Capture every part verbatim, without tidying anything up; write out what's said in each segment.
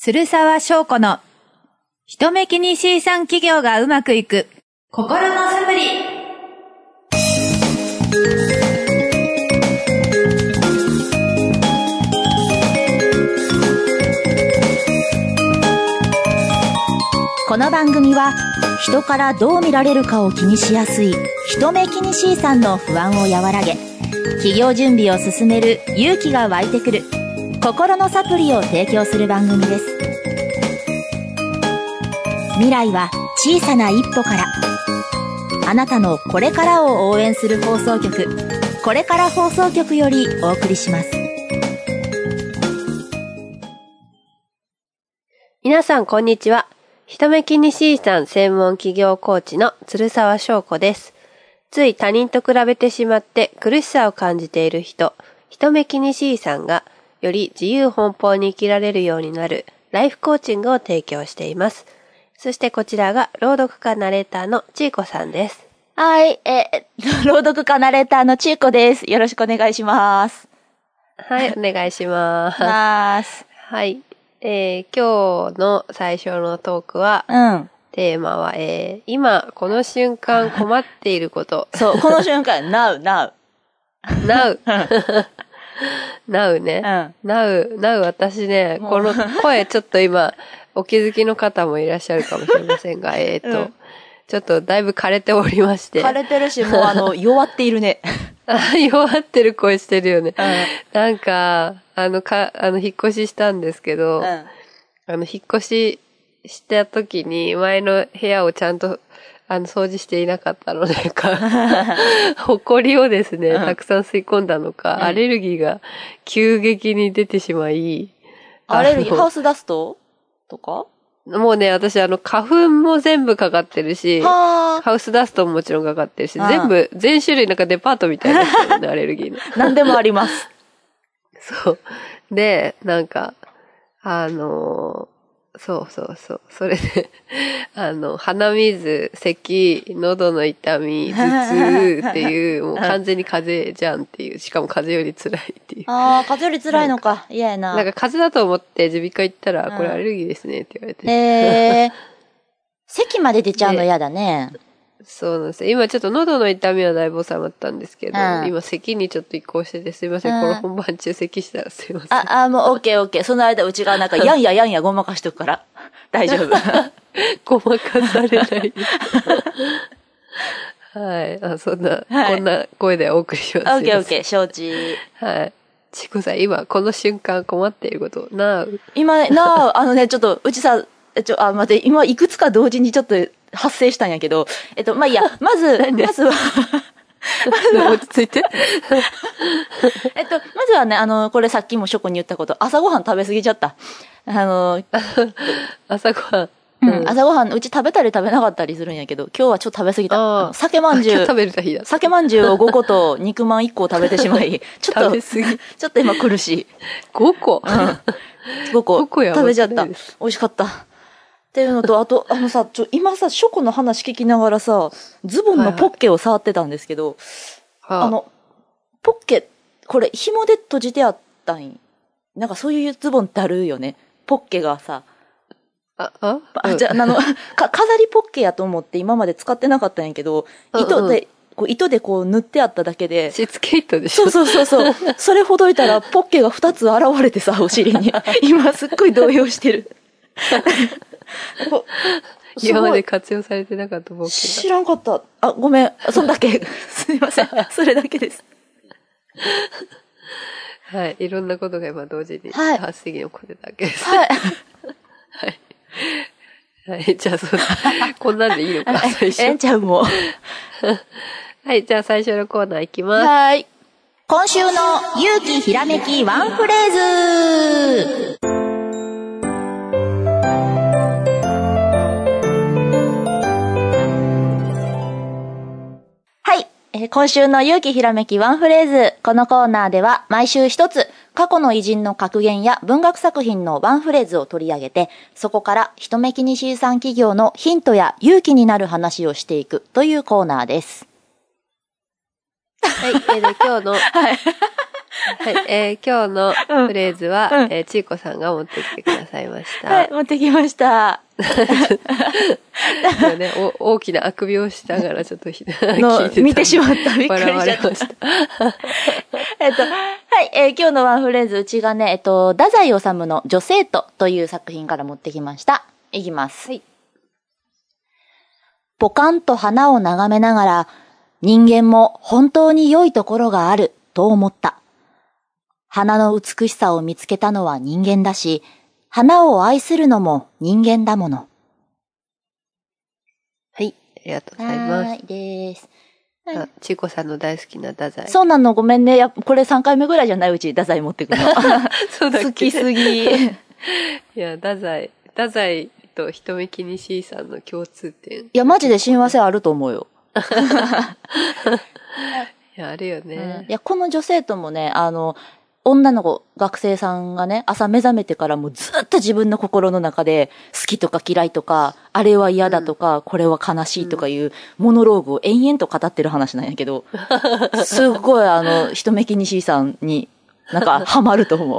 鶴沢翔子の人目気に シーさん 企業がうまくいく心のサプリ。 この番組は人からどう見られるかを気にしやすい人目気に シーさん の不安を和らげ、企業準備を進める勇気が湧いてくる心のサプリを提供する番組です。未来は小さな一歩から。あなたのこれからを応援する放送局、これから放送局よりお送りします。 皆さんこんにちは。人目気に シーさん 専門企業コーチの鶴沢翔子です。つい他人と比べてしまって苦しさを感じている人、人目気に シーさん がより自由奔放に生きられるようになるライフコーチングを提供しています。そしてこちらが朗読家ナレーターのちいこさんです。 はい、えー、朗読家ナレーターのちいこです。よろしくお願いします。 はい、お願いします。 ますはい、えー、今日の最初のトークは、 うん、 テーマは、えー、今この瞬間困っていること。 そう、この瞬間、now, now。 now。now ね。 うん。 now、now 私ね、この声ちょっと今、お気づきの方もいらっしゃるかもしれませんが、えっと、うん、ちょっとだいぶ枯れておりまして。 枯れてるし、もうあの、弱っているね。 弱ってる声してるよね。 うん、 なんか、あの、か、あの、引っ越ししたんですけど、うん、あの、引っ越しした時に、前の部屋をちゃんと、あの、掃除していなかったのでか、埃をですね、たくさん吸い込んだのか、うん、アレルギーが急激に出てしまい、 アレルギー、ハウスダストとかもうね、私、あの、花粉も全部かかってるし、ハウスダストももちろんかかってるし、全部、全種類なんかデパートみたいなですよね、アレルギーの。 何でもあります。 そう。で、なんか、あのー、そうそうそう。それで、あの、鼻水、咳、喉の痛み、頭痛っていう、もう完全に風邪じゃんっていう、しかも風邪より辛いっていう。 ああ、風邪より辛いのか。嫌やな。 なんか風邪だと思って耳鼻科行ったら、これアレルギーですねって言われて。 へえー。咳まで出ちゃうの嫌だね。 そうなんですよ。今ちょっと喉の痛みはだいぶ収まったんですけど、うん、今咳にちょっと移行しててすいません、うん、この本番中咳したらすいません。 あ、あ、もうオッケーオッケー。その間うちがなんかやんややんやごまかしとくから大丈夫。 ごまかされない。はい。あ、そんな、はい、こんな声でお送りします。 オッケーオッケー、承知。 はい。ちこさん、今この瞬間困っていること、なう。 今、なう、あのね、ちょっと、うちさ、ちょ、あ、待って、今いくつか同時にちょっと、発生したんやけど、えっと、まあ、いいや、まず、まずは、 落ち着いて。 えっと、まずはね、あの、これさっきもショコに言ったこと、朝ごはん食べ過ぎちゃった。あの、 朝ごはん。 うん、朝ごはん、うち食べたり食べなかったりするんやけど、今日はちょっと食べ過ぎた。酒まんじゅう。 食べる日だ。 酒まんじゅうをごこと肉まんいっこ食べてしまい、ちょっと、 食べ過ぎ。 ちょっと今苦しい。 ごこ、 うん、ごこ食べちゃった。美味しかった。っていうのと、あと、あのさ、ちょ、今さ、ショコの話聞きながらさ、ズボンのポッケを触ってたんですけど、はいはい、あの、ポッケ、これ紐で閉じてあったん。なんかそういうズボンってあるよね。ポッケがさ、 あ、あ、 あ、じゃあ、あの、か、飾りポッケやと思って今まで使ってなかったんやけど、糸で、こう糸でこう塗ってあっただけで。 しつけ糸でしょ？ そうそうそうそう。それほどいたらポッケがふたつ現れてさ、お尻に。今すっごい動揺してる。 今まで活用されてなかったポッケが。 知らんかった。あ、ごめん。そんだけ。すいません。それだけです。 はい。いろんなことが今同時に発生に起こってたわけです。 はい。 はい。はい。じゃあ、そうだ。こんなんでいいのか、最初。 えんちゃうもう。 はい。じゃあ、最初のコーナーいきます。 はい。今週の勇気ひらめきワンフレーズ。今週の勇気ひらめきワンフレーズ。このコーナーでは毎週一つ過去の偉人の格言や文学作品のワンフレーズを取り上げて、そこから人目気に シーさん 企業のヒントや勇気になる話をしていくというコーナーです。 はい、えー、で今日の、はい、 はい、えー、今日のフレーズは、うん、えー、ちいこさんが持ってきてくださいました。 はい、持ってきました。 ね、お大きなあくびをしながらちょっと聞いてた見てしまった。びっくりしちゃった。えっと、はい、えー、今日のワンフレーズ、うちがね、えっと、太宰治の女生徒という作品から持ってきました。いきます。はい。ポカンと花を眺めながら、人間も本当に良いところがあると思った。花の美しさを見つけたのは人間だし、花を愛するのも人間だもの。 はい、ありがとうございます。 はい、です。 はい、ちいこさんの大好きな太宰。 そうなの、ごめんね。やこれさんかいめぐらいじゃないうち、太宰持ってくるの。 そうだっけ。 好きすぎ。 いや、太宰、太宰と人目気にしいさんの共通点。 いや、マジで親和性あると思うよ。 いや、あるよね、 うん。いや、この女性ともね、あの、女の子、学生さんがね、朝目覚めてからもうずっと自分の心の中で、好きとか嫌いとか、あれは嫌だとか、うん、これは悲しいとかいうモノローグを延々と語ってる話なんやけど、すっごいあの、人目気にしいさんになんかハマると思う。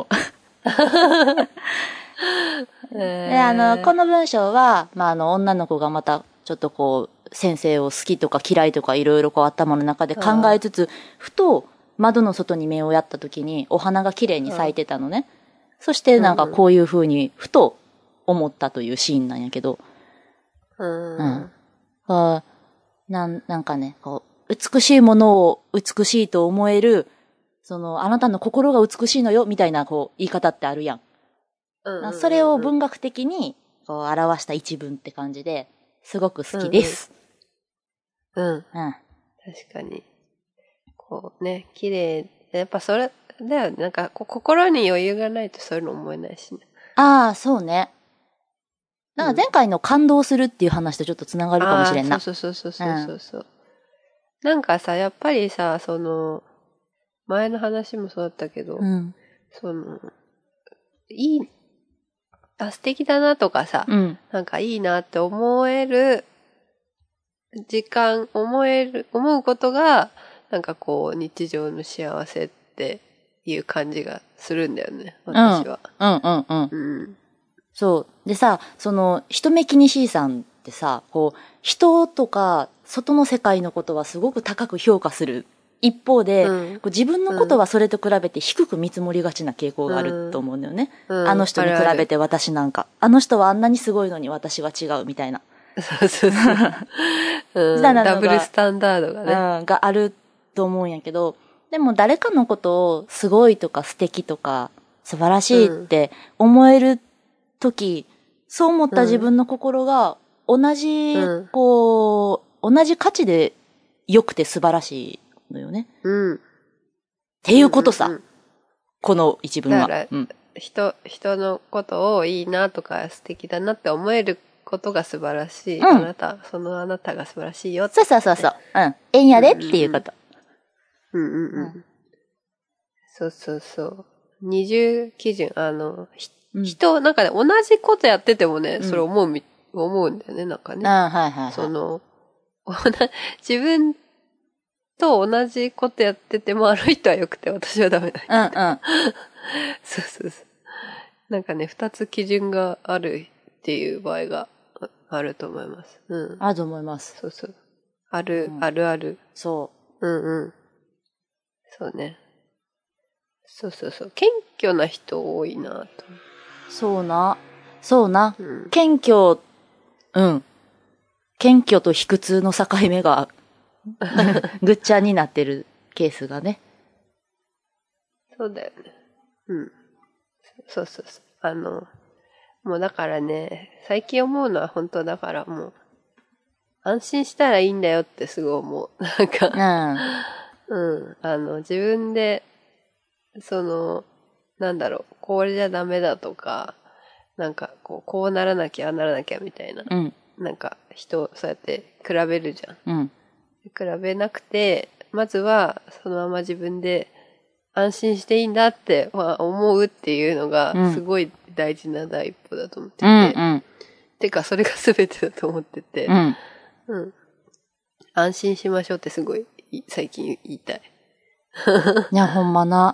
で、あの、この文章は、まあ、あの、女の子がまた、ちょっとこう、先生を好きとか嫌いとかいろいろこう頭の中で考えつつ、ふと窓の外に目をやった時にお花が綺麗に咲いてたのね。そしてなんかこういう風にふと思ったというシーンなんやけど。 うん。 うん。あなん、なんかね、こう、美しいものを美しいと思える、その、あなたの心が美しいのよ、みたいなこう、言い方ってあるやん。うん。それを文学的にこう表した一文って感じで、すごく好きです。 うん。うん。 うん。確かに。こうね、綺麗。やっぱそれ、だよね。なんかこう、心に余裕がないとそういうの思えないしね。 ああ、そうね。なんか前回の感動するっていう話とちょっとつながるかもしれんな。 そうそうそうそうそうそう、うん。なんかさ、やっぱりさ、その、前の話もそうだったけど、 うん、 その、いい、あ、素敵だなとかさ、 うん、 なんかいいなって思える時間、思える、思うことが、なんかこう、日常の幸せっていう感じがするんだよね、私は。 うん、うん、うん、 うん。 そう。でさ、その、人目気にしいさんってさ、こう、人とか、外の世界のことはすごく高く評価する。一方で、うん、こう自分のことはそれと比べて低く見積もりがちな傾向があると思うんだよね。うんうん、あの人に比べて私なんか。あの人はあんなにすごいのに私は違うみたいな。 そうそうそう。うん、ダブルスタンダードがね、 うん。があると思うんやけど、でも誰かのことをすごいとか素敵とか素晴らしいって思えるとき、そう思った自分の心が同じ、うん、こう、同じ価値で良くて素晴らしい。のよね。 うん。 っていうことさ。うんうんうん、この一文は。 だから、うん、人、人のことをいいなとか素敵だなって思えることが素晴らしい。うん、あなた、そのあなたが素晴らしいよって、 ね。そうそうそうそう。うん。えんやでっていうこと。 うんうんうん。うんうんうん、そうそうそう。二重基準、あの、うん、人、なんかね、同じことやっててもね、それ思うみ、うん、思うんだよね、なんかね。 ああ、はいはいはい。 その、自分と同じことやっててもあの人は良くて私はダメだ。 うんうん。 そうそうそう。なんかね、二つ基準があるっていう場合があると思います。うん。 あると思います。 そうそう。ある、うん、あるある。 そう。うんうん。そうね。そうそうそう。謙虚な人多いなと。 そうな。そうな。うん、謙虚、うん。謙虚と卑屈の境目がぐっちゃになってるケースがね。 そうだよね。うん。そうそうそう。あの、もうだからね、最近思うのは本当だからもう、安心したらいいんだよってすごい思う。なんか、うん、うん。あの、自分で、その、なんだろう、これじゃダメだとか、なんかこう、こうならなきゃ、ああならなきゃみたいな。 うん、 なんか人、そうやって比べるじゃん。 うん。 比べなくて、まずはそのまま自分で安心していいんだって思うっていうのがすごい大事な第一歩だと思ってて。 うんうん、 てかそれが全てだと思ってて、 うんうん。安心しましょうってすごい最近言いたい。 いやほんまな。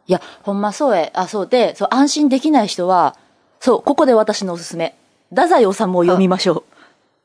いや、ほんまそうえ。あ、そうで、そう、安心できない人は、そう、ここで私のおすすめ。太宰治を読みましょう。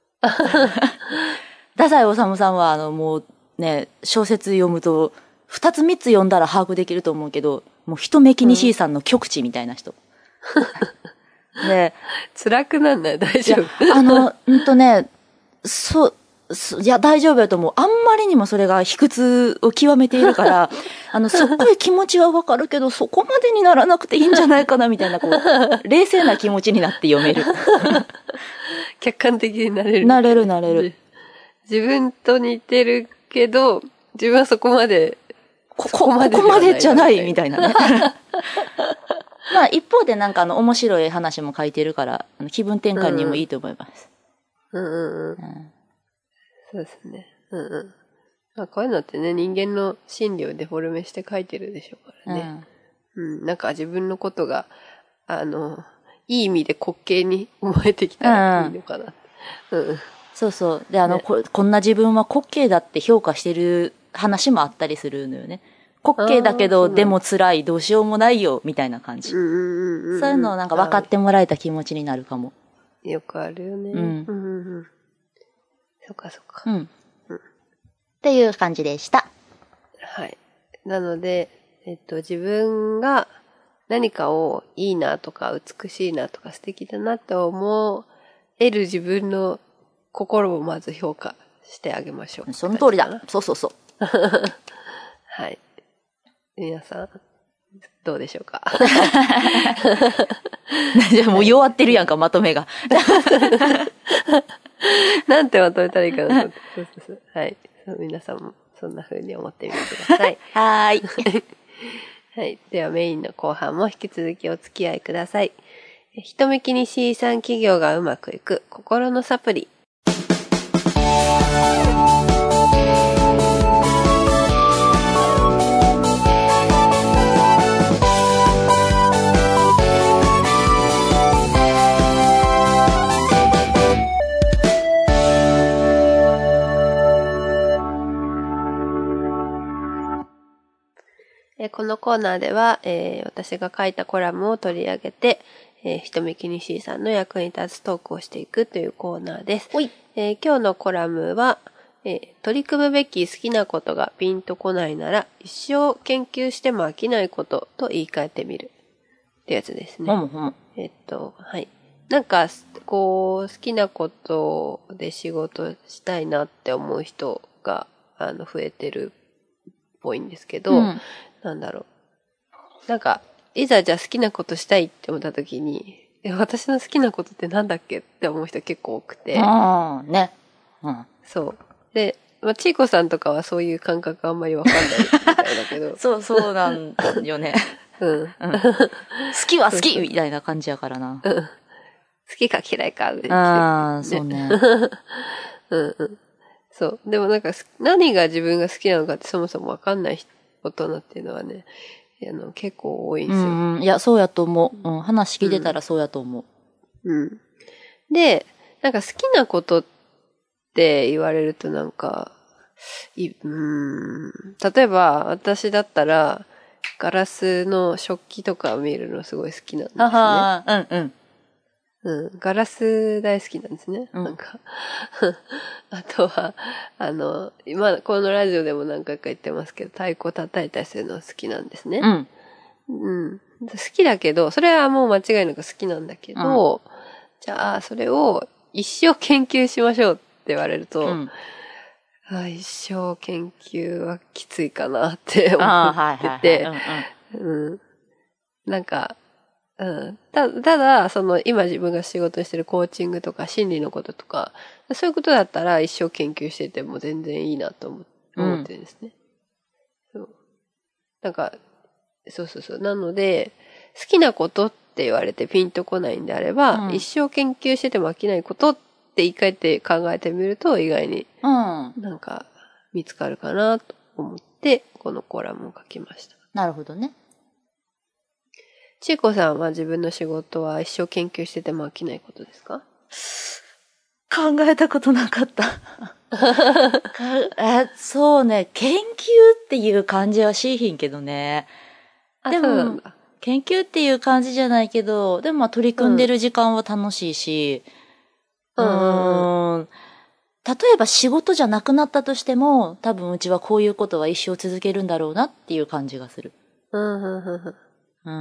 太宰治さんは、あの、もうね、小説読むと、二つ三つ読んだら把握できると思うけど、もう人目気にしいさんの極地みたいな人。 うん、で、辛くなんない大丈夫あの、うんとね、そう、いや、大丈夫だと思う。あんまりにもそれが卑屈を極めているから、あの、すっごい気持ちはわかるけど、そこまでにならなくていいんじゃないかな、みたいな、こう、冷静な気持ちになって読める。 客観的になれる。 なれる、なれる。 自分と似てるけど、自分はそこまで、 ここ、ここまでじゃない、みたいなね。まあ、一方でなんかあの、面白い話も書いてるから、あの気分転換にもいいと思います。 うんうんうん。うんそうですね。うんうん。まあ、こういうのってね、人間の心理をデフォルメして書いてるでしょうからね。うん。うん、なんか自分のことが、あの、いい意味で滑稽に思えてきたらいいのかな。うん、うん。 そうそう。で、あの、ね、こ、こんな自分は滑稽だって評価してる話もあったりするのよね。滑稽だけど、でも辛い、どうしようもないよ、みたいな感じ。そういうのをなんか分かってもらえた気持ちになるかも。 よくあるよね。 うん。 うんうんうんそっかそっか。 うん。うん。っていう感じでした。 はい。なので、えっと、自分が何かをいいなとか美しいなとか素敵だなって思える自分の心をまず評価してあげましょう。 その通りだ。そうそうそう。 はい。皆さん、どうでしょうか。 もう弱ってるやんか、まとめが。 なんてまとめたらいいかなと思って。そうそうそう。はい。皆さんもそんな風に思ってみてください。 はーい。 はい。ではメインの後半も引き続きお付き合いください。人目気にしいさん企業がうまくいく心のサプリ。このコーナーでは、えー、私が書いたコラムを取り上げて、えー、人目気にしいさんの役に立つトークをしていくというコーナーです。えー、今日のコラムは、えー、取り組むべき好きなことがピンとこないなら一生研究しても飽きないことと言い換えてみるってやつですね。 うんうん、 えっと、はい。なんか、こう、好きなことで仕事したいなって思う人が、あの、増えてるっぽいんですけど、うんなんだろう。なんか、いざじゃあ好きなことしたいって思った時に、え、私の好きなことってなんだっけって思う人結構多くて。 ああ、ね。 うん。そう。で、まあ、ちいこさんとかはそういう感覚あんまりわかんないみたいだけど。 そう、そうなんよね。うん、うん。好きは好きみたいな感じやからな。 うん。好きか嫌いかで、ね。 ああ、そうね。 うんうん。そう。でもなんか、何が自分が好きなのかってそもそもわかんない人大人っていうのはね、あの結構多いんですよ。 うん、いや、そうやと思う。うん、話聞いてたらそうやと思う。 うん。うん、で、なんか好きなことって言われるとなんか、いうん例えば私だったら、ガラスの食器とかを見るのすごい好きなんですね。ははうんうん。 うん、ガラス大好きなんですね。うん、なんかあとは、あの、今、このラジオでも何回か言ってますけど、太鼓叩いたりするの好きなんですね。うん。うん。好きだけど、それはもう間違いなく好きなんだけど、うん、じゃあ、それを一生研究しましょうって言われると、うん、あ一生研究はきついかなって思ってて、うん。なんか、うん。た、ただ、その、今自分が仕事してるコーチングとか心理のこととか、そういうことだったら一生研究してても全然いいなと思思ってるんですね。うん、そう。なんか、そうそうそう。なので、好きなことって言われてピンとこないんであれば、うん、一生研究してても飽きないことって言い換えて考えてみると意外に、なんか見つかるかなと思って、このコラムを書きました。 なるほどね。 ちいこさんは自分の仕事は一生研究してても飽きないことですか？ 考えたことなかった。えそうね、研究っていう感じはしいひんけどね。 でも、研究っていう感じじゃないけど、でもまあ取り組んでる時間は楽しいし、うん、うーん。例えば仕事じゃなくなったとしても、多分うちはこういうことは一生続けるんだろうなっていう感じがする。うん、うん、うん。うん。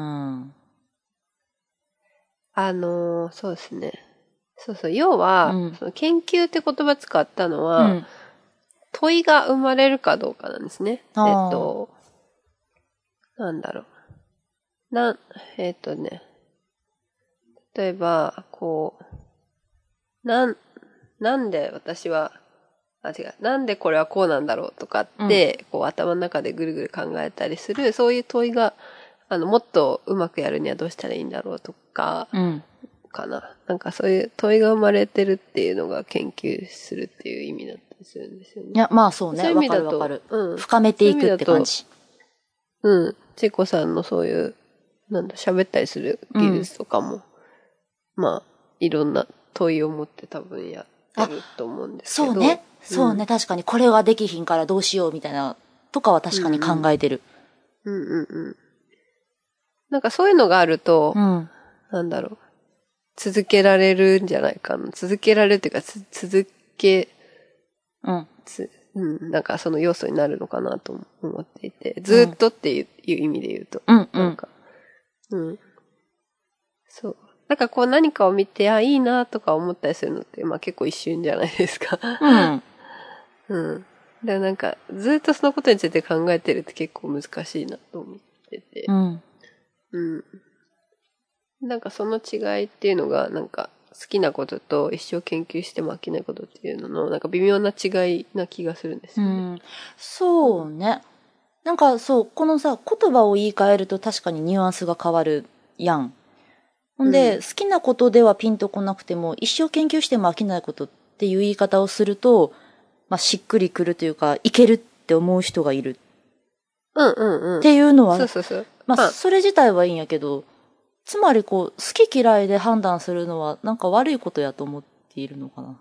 あのー、そうですね。そうそう。要は、うん、その研究って言葉使ったのは、うん、問いが生まれるかどうかなんですね。えっと、なんだろう。な、えっとね。例えば、こう、なん、なんで私は、あ、違う。なんでこれはこうなんだろうとかって、うん、こう頭の中でぐるぐる考えたりする、そういう問いが、あの、もっとうまくやるにはどうしたらいいんだろうとか、うん、かな。なんかそういう問いが生まれてるっていうのが研究するっていう意味だったりするんですよね。 いや、まあそうね。そういう意味だと、わかるわかる。うん。深めていくって感じ。 うん。ちこさんのそういう、なんだ、喋ったりする技術とかも、うん、まあ、いろんな問いを持って多分やってると思うんですけど。 そうね。そうね。うん、確かにこれはできひんからどうしようみたいな、とかは確かに考えてる。 うんうん、うんうんうん。なんかそういうのがあると、うん、なんだろう。続けられるんじゃないかな。続けられるっていうか、つ続け、うん。つ、うん。なんかその要素になるのかなと思っていて。ずっとっていう、うん、いう意味で言うと。うんうん。なんか、うん。そう。なんかこう何かを見て、あ、いいなとか思ったりするのって、まあ結構一瞬じゃないですか。うん。うん。だからなんか、ずっとそのことについて考えてるって結構難しいなと思ってて。うん。うん。なんかその違いっていうのが、なんか好きなことと一生研究しても飽きないことっていうのの、なんか微妙な違いな気がするんですよね。うん、 そうね。なんかそう、このさ、言葉を言い換えると確かにニュアンスが変わるやん。ほんで、うん、好きなことではピンとこなくても、一生研究しても飽きないことっていう言い方をすると、まあ、しっくりくるというか、いけるって思う人がいる。 うんうんうん。 っていうのは、 そうそうそう。 まあ、それ自体はいいんやけど、つまりこう、好き嫌いで判断するのはなんか悪いことやと思っているのかな。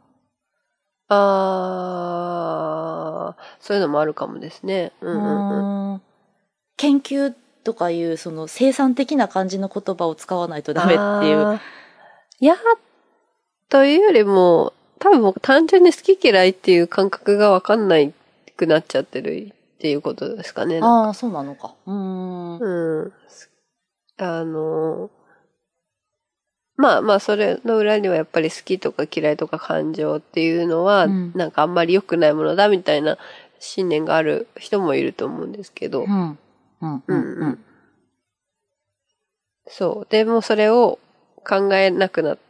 あー、そういうのもあるかもですね。うんうんうん。 研究とかいうその生産的な感じの言葉を使わないとダメっていう。 いや、というよりも、多分単純に好き嫌いっていう感覚がわかんないくなっちゃってるっていうことですかね。 ああ、そうなのか。うーん。うん。 あの、まあまあそれの裏にはやっぱり好きとか嫌いとか感情っていうのは、うん、なんかあんまり良くないものだみたいな信念がある人もいると思うんですけど。うん。うんうんうん。そう。でもそれを考えなくなって、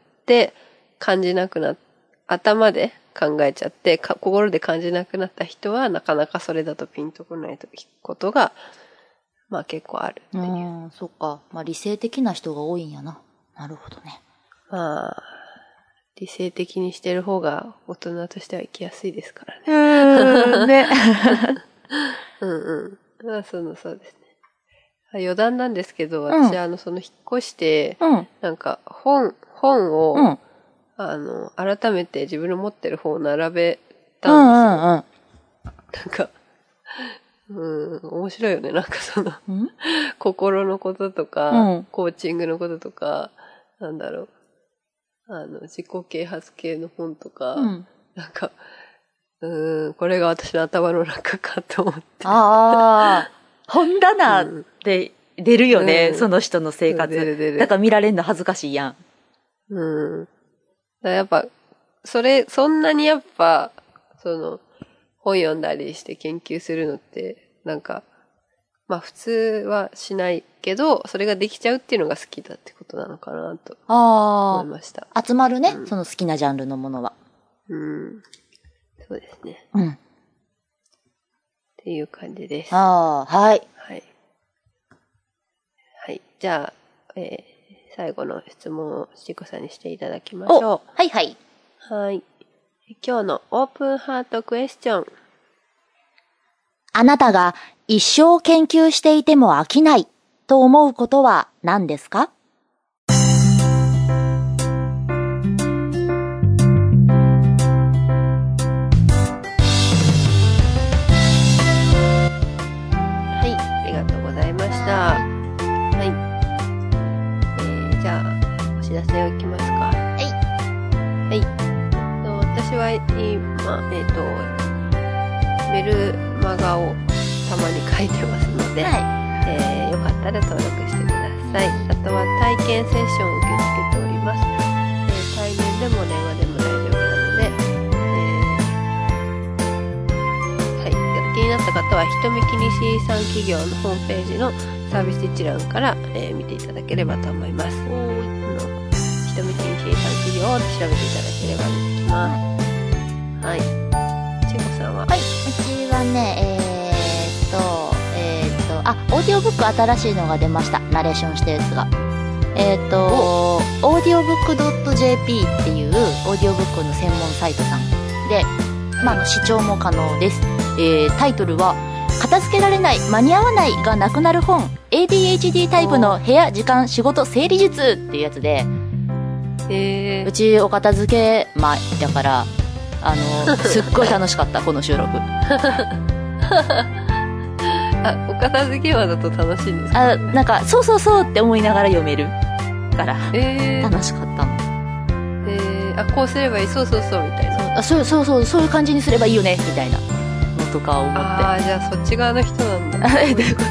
感じなくなって、頭で考えちゃって、心で感じなくなった人はなかなかそれだとピンとこないことが、まあ結構あるっていう。 うん、そっか。まあ理性的な人が多いんやな。なるほどね。 まあ、理性的にしてる方が大人としては生きやすいですからね。 うん、ね。 うんうん。まあ、その、そうですね。余談なんですけど、私、うん、あの、その、引っ越して、うん、なんか、本、本を、うん、あの、改めて自分の持ってる本を並べたんですよ。うんうんうん、なんか、うん、面白いよね。なんかその、心のこととか、うん、コーチングのこととか、なんだろう。あの、自己啓発系の本とか、うん、なんか、うーん、これが私の頭の中かと思って。ああ、本棚で出るよね、うん、その人の生活。出る出る。だから見られるの恥ずかしいやん。 うん。だからやっぱ、それ、そんなにやっぱ、その、本読んだりして研究するのって、なんか、まあ普通はしないけど、それができちゃうっていうのが好きだってことなのかなと思いました。 集まるね、うん、その好きなジャンルのものは。 うん。そうですね。うん。っていう感じです。 ああ、はい。 はい。はい。じゃあ、えー、最後の質問をしこさんにしていただきましょう。 はいはい。 はい。今日のオープンハートクエスチョン。 あなたが一生研究していても飽きないと思うことは何ですか？ はい、ありがとうございました。 今、えっと、メルマガをたまに書いてますので、はい、えー、よかったら登録してください。あとは体験セッションを受け付けております。えー、対面でも電話でも大丈夫なので、えー、はい、気になった方はひとめきに シーさん 企業のホームページのサービス一覧から、えー、見ていただければと思います。ひとめきに シーさん 企業を調べていただければ出てきます。はい。ちいこさんは？ はい、うちはね、えー、っと、えー、っと、あ、オーディオブック新しいのが出ました。ナレーションしたやつが。えー、っと、オーディオブック .jp っていうオーディオブックの専門サイトさんで、まあ、あの視聴も可能です。えー、タイトルは、片付けられない、間に合わないがなくなる本、エーディーエイチディー タイプの部屋、時間、仕事、整理術っていうやつで、 えー、 うちお片付け前だから、あの、すっごい楽しかった、この収録。 あ、お片付けはだと楽しいんですか？ あ、なんか、そうそうそうって思いながら読めるから、 えー、 楽しかったの。 えー、あ、こうすればいい、そうそうそうみたいな。 そう、あ、そうそうそう、そういう感じにすればいいよね、みたいなのとか思って。 ああ、じゃあそっち側の人なんだ。 え、どういうこと？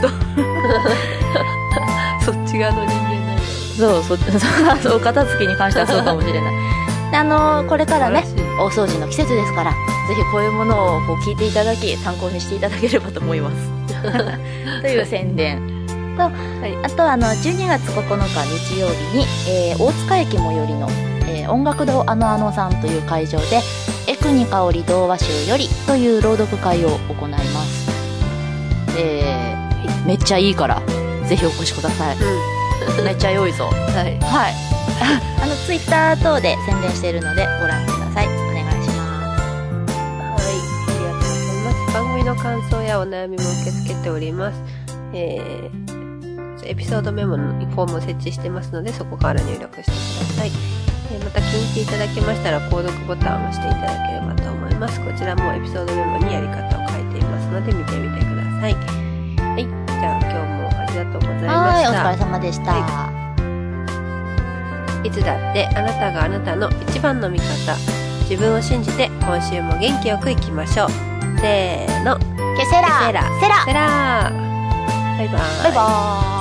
そっち側の人間なんだ。 そう、そ、そう、お片付けに関してはそうかもしれない。あのー、これからね、大掃除の季節ですから、ぜひこういうものをこう聞いていただき、参考にしていただければと思います。という宣伝と、はい、あとあのじゅうにがつここのか日曜日に、えー、大塚駅最寄りの、えー、音楽堂あのあのさんという会場でエクニカオリ童話集よりという朗読会を行います。えー、めっちゃいいからぜひお越しください。うん、めっちゃ良いぞ。はい、はい、あのツイッター等で宣伝しているのでご覧ください。お願いします。 はい、ありがとうございます。番組の感想やお悩みも受け付けております。えー、エピソードメモのフォームを設置してますので、そこから入力してください。えー、また気に入っていただけましたら購読ボタンを押していただければと思います。こちらもエピソードメモにやり方を書いていますので見てみてください。はい、じゃあ今日もありがとうございました。 はい、お疲れ様でした。 はい、いつだってあなたがあなたの一番の味方。自分を信じて今週も元気よくいきましょう。せーの、 ケセラケセラセラセラバイバーイ。 バイバーイ。